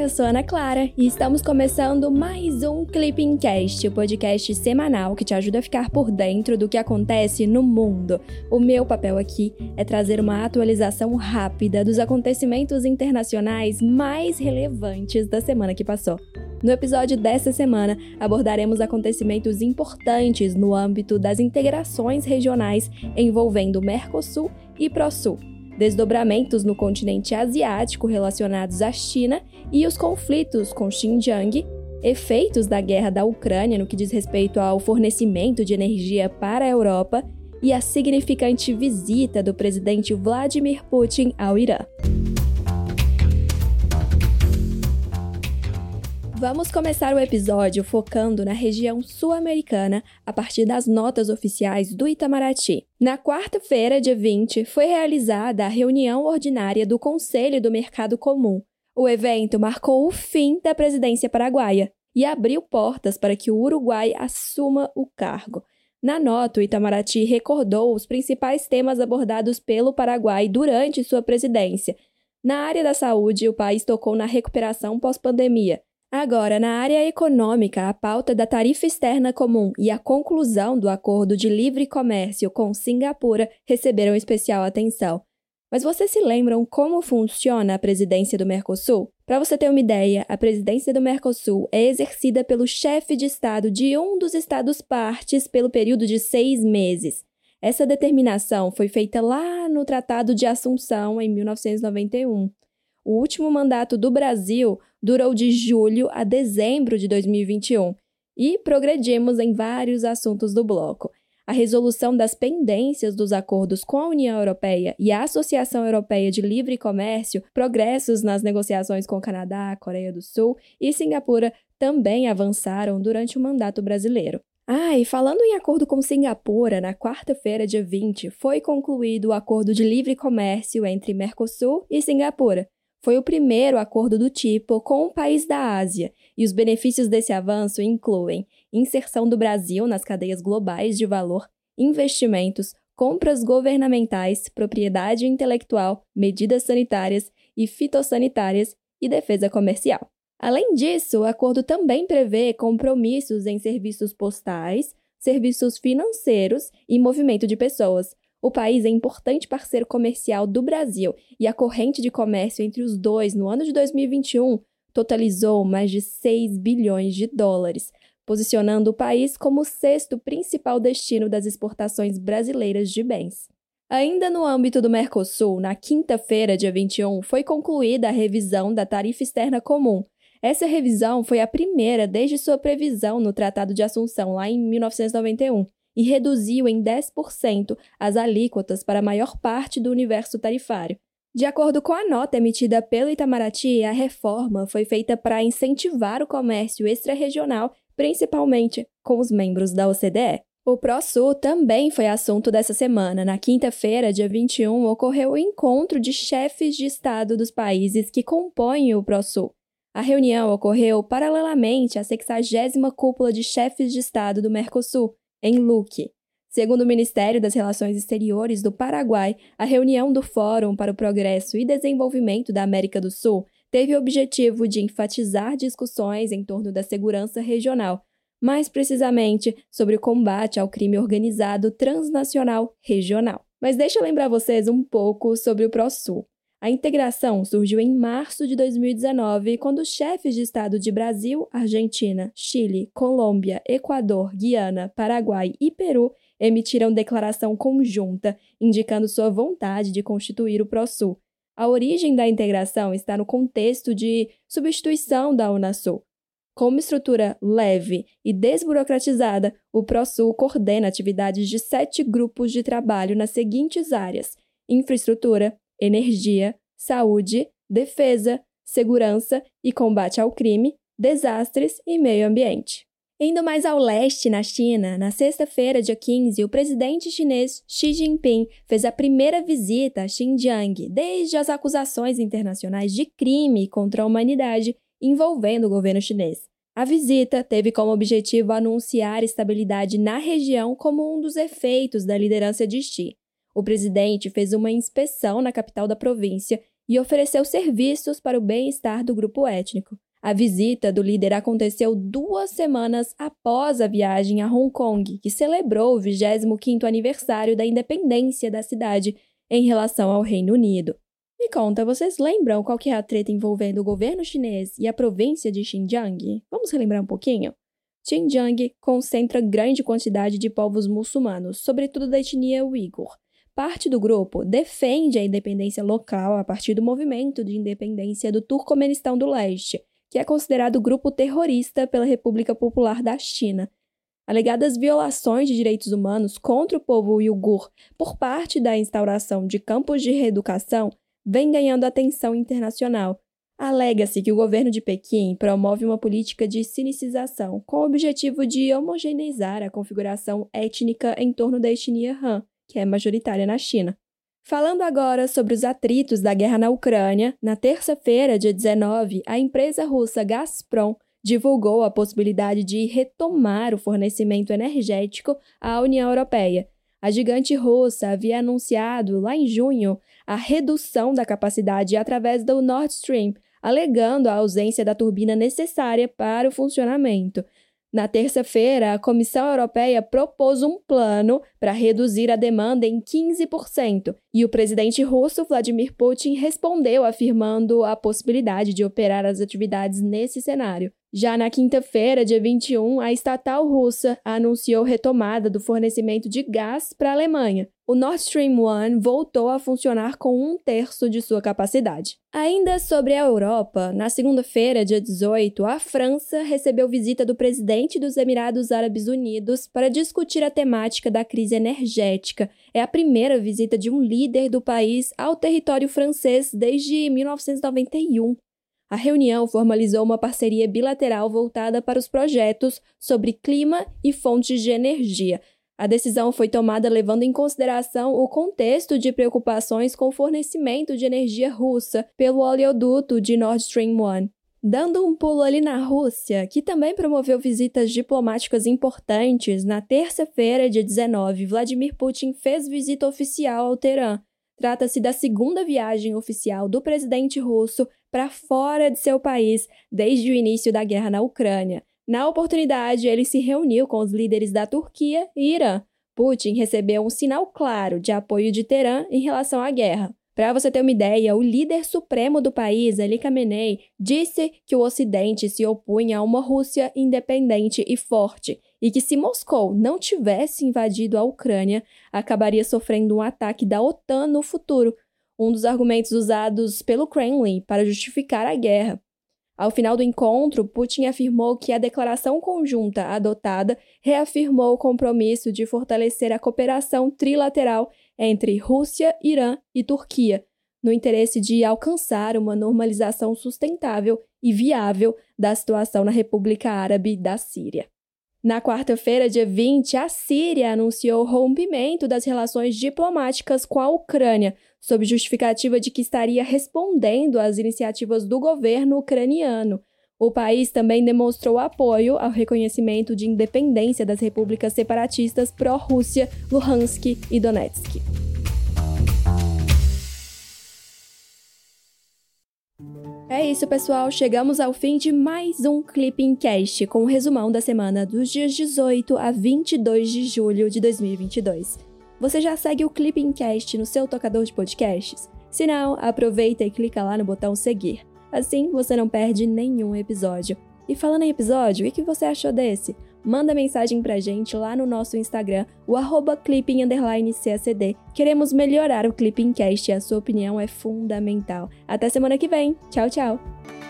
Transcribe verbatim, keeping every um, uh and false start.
eu sou Ana Clara e estamos começando mais um Clippingcast, o podcast semanal que te ajuda a ficar por dentro do que acontece no mundo. O meu papel aqui é trazer uma atualização rápida dos acontecimentos internacionais mais relevantes da semana que passou. No episódio dessa semana, abordaremos acontecimentos importantes no âmbito das integrações regionais envolvendo Mercosul e Prosul, desdobramentos no continente asiático relacionados à China e os conflitos com Xinjiang, efeitos da guerra da Ucrânia no que diz respeito ao fornecimento de energia para a Europa e a significante visita do presidente Vladimir Putin ao Irã. Vamos começar o episódio focando na região sul-americana a partir das notas oficiais do Itamaraty. Na quarta-feira, dia vinte, foi realizada a reunião ordinária do Conselho do Mercado Comum. O evento marcou o fim da presidência paraguaia e abriu portas para que o Uruguai assuma o cargo. Na nota, o Itamaraty recordou os principais temas abordados pelo Paraguai durante sua presidência. Na área da saúde, o país tocou na recuperação pós-pandemia. Agora, na área econômica, a pauta da tarifa externa comum e a conclusão do acordo de livre comércio com Singapura receberam especial atenção. Mas vocês se lembram como funciona a presidência do Mercosul? Para você ter uma ideia, a presidência do Mercosul é exercida pelo chefe de Estado de um dos Estados-partes pelo período de seis meses. Essa determinação foi feita lá no Tratado de Assunção, em mil novecentos e noventa e um. O último mandato do Brasil durou de julho a dezembro de dois mil e vinte e um e progredimos em vários assuntos do bloco. A resolução das pendências dos acordos com a União Europeia e a Associação Europeia de Livre Comércio, progressos nas negociações com o Canadá, Coreia do Sul e Singapura também avançaram durante o mandato brasileiro. Ah, e falando em acordo com Singapura, na quarta-feira, dia vinte, foi concluído o acordo de livre comércio entre Mercosul e Singapura. Foi o primeiro acordo do tipo com um país da Ásia, e os benefícios desse avanço incluem inserção do Brasil nas cadeias globais de valor, investimentos, compras governamentais, propriedade intelectual, medidas sanitárias e fitossanitárias e defesa comercial. Além disso, o acordo também prevê compromissos em serviços postais, serviços financeiros e movimento de pessoas. O país é importante parceiro comercial do Brasil e a corrente de comércio entre os dois no ano de dois mil e vinte e um totalizou mais de seis bilhões de dólares, posicionando o país como o sexto principal destino das exportações brasileiras de bens. Ainda no âmbito do Mercosul, na quinta-feira, dia vinte e um, foi concluída a revisão da tarifa externa comum. Essa revisão foi a primeira desde sua previsão no Tratado de Assunção, lá em mil novecentos e noventa e um. E reduziu em dez por cento as alíquotas para a maior parte do universo tarifário. De acordo com a nota emitida pelo Itamaraty, a reforma foi feita para incentivar o comércio extra-regional, principalmente com os membros da O C D E. O Prosul também foi assunto dessa semana. Na quinta-feira, dia vinte e um, ocorreu o encontro de chefes de Estado dos países que compõem o Prosul. A reunião ocorreu paralelamente à sexagésima Cúpula de Chefes de Estado do Mercosul, em Luque. Segundo o Ministério das Relações Exteriores do Paraguai, a reunião do Fórum para o Progresso e Desenvolvimento da América do Sul teve o objetivo de enfatizar discussões em torno da segurança regional, mais precisamente sobre o combate ao crime organizado transnacional regional. Mas deixa eu lembrar vocês um pouco sobre o Prosul. A integração surgiu em março de dois mil e dezenove, quando os chefes de Estado de Brasil, Argentina, Chile, Colômbia, Equador, Guiana, Paraguai e Peru emitiram declaração conjunta, indicando sua vontade de constituir o Prosul. A origem da integração está no contexto de substituição da Unasul. Com uma estrutura leve e desburocratizada, o Prosul coordena atividades de sete grupos de trabalho nas seguintes áreas: infraestrutura, energia, saúde, defesa, segurança e combate ao crime, desastres e meio ambiente. Indo mais ao leste, na China, na sexta-feira, dia quinze, o presidente chinês Xi Jinping fez a primeira visita a Xinjiang desde as acusações internacionais de crime contra a humanidade envolvendo o governo chinês. A visita teve como objetivo anunciar estabilidade na região como um dos efeitos da liderança de Xi. O presidente fez uma inspeção na capital da província e ofereceu serviços para o bem-estar do grupo étnico. A visita do líder aconteceu duas semanas após a viagem a Hong Kong, que celebrou o vigésimo quinto aniversário da independência da cidade em relação ao Reino Unido. Me conta, vocês lembram qual que é a treta envolvendo o governo chinês e a província de Xinjiang? Vamos relembrar um pouquinho? Xinjiang concentra grande quantidade de povos muçulmanos, sobretudo da etnia uigur. Parte do grupo defende a independência local a partir do movimento de independência do Turcomenistão do Leste, que é considerado grupo terrorista pela República Popular da China. Alegadas violações de direitos humanos contra o povo uigur por parte da instauração de campos de reeducação vem ganhando atenção internacional. Alega-se que o governo de Pequim promove uma política de sinicização com o objetivo de homogeneizar a configuração étnica em torno da etnia Han, que é majoritária na China. Falando agora sobre os atritos da guerra na Ucrânia, na terça-feira, dia dezenove, a empresa russa Gazprom divulgou a possibilidade de retomar o fornecimento energético à União Europeia. A gigante russa havia anunciado, lá em junho, a redução da capacidade através do Nord Stream, alegando a ausência da turbina necessária para o funcionamento. Na terça-feira, a Comissão Europeia propôs um plano para reduzir a demanda em quinze por cento, e o presidente russo Vladimir Putin respondeu afirmando a possibilidade de operar as atividades nesse cenário. Já na quinta-feira, dia vinte e um, a estatal russa anunciou retomada do fornecimento de gás para a Alemanha. O Nord Stream um voltou a funcionar com um terço de sua capacidade. Ainda sobre a Europa, na segunda-feira, dia dezoito, a França recebeu visita do presidente dos Emirados Árabes Unidos para discutir a temática da crise energética. É a primeira visita de um líder do país ao território francês desde mil novecentos e noventa e um. A reunião formalizou uma parceria bilateral voltada para os projetos sobre clima e fontes de energia. A decisão foi tomada levando em consideração o contexto de preocupações com o fornecimento de energia russa pelo oleoduto de Nord Stream um. Dando um pulo ali na Rússia, que também promoveu visitas diplomáticas importantes, na terça-feira, dia dezenove, Vladimir Putin fez visita oficial ao Teherã. Trata-se da segunda viagem oficial do presidente russo para fora de seu país desde o início da guerra na Ucrânia. Na oportunidade, ele se reuniu com os líderes da Turquia e Irã. Putin recebeu um sinal claro de apoio de Teherã em relação à guerra. Para você ter uma ideia, o líder supremo do país, Ali Khamenei, disse que o Ocidente se opunha a uma Rússia independente e forte e que se Moscou não tivesse invadido a Ucrânia, acabaria sofrendo um ataque da OTAN no futuro, um dos argumentos usados pelo Kremlin para justificar a guerra. Ao final do encontro, Putin afirmou que a declaração conjunta adotada reafirmou o compromisso de fortalecer a cooperação trilateral entre Rússia, Irã e Turquia, no interesse de alcançar uma normalização sustentável e viável da situação na República Árabe da Síria. Na quarta-feira, dia vinte, a Síria anunciou o rompimento das relações diplomáticas com a Ucrânia, sob justificativa de que estaria respondendo às iniciativas do governo ucraniano. O país também demonstrou apoio ao reconhecimento de independência das repúblicas separatistas pró-Rússia, Luhansk e Donetsk. É isso, pessoal. Chegamos ao fim de mais um Clipping Cast, com o resumão da semana dos dias dezoito a vinte e dois de julho de dois mil e vinte e dois. Você já segue o Clipping Cast no seu tocador de podcasts? Se não, aproveita e clica lá no botão seguir. Assim, você não perde nenhum episódio. E falando em episódio, o que você achou desse? Manda mensagem pra gente lá no nosso Instagram, o arroba clipping underline CACD. Queremos melhorar o Clipping Cast e a sua opinião é fundamental. Até semana que vem. Tchau, tchau!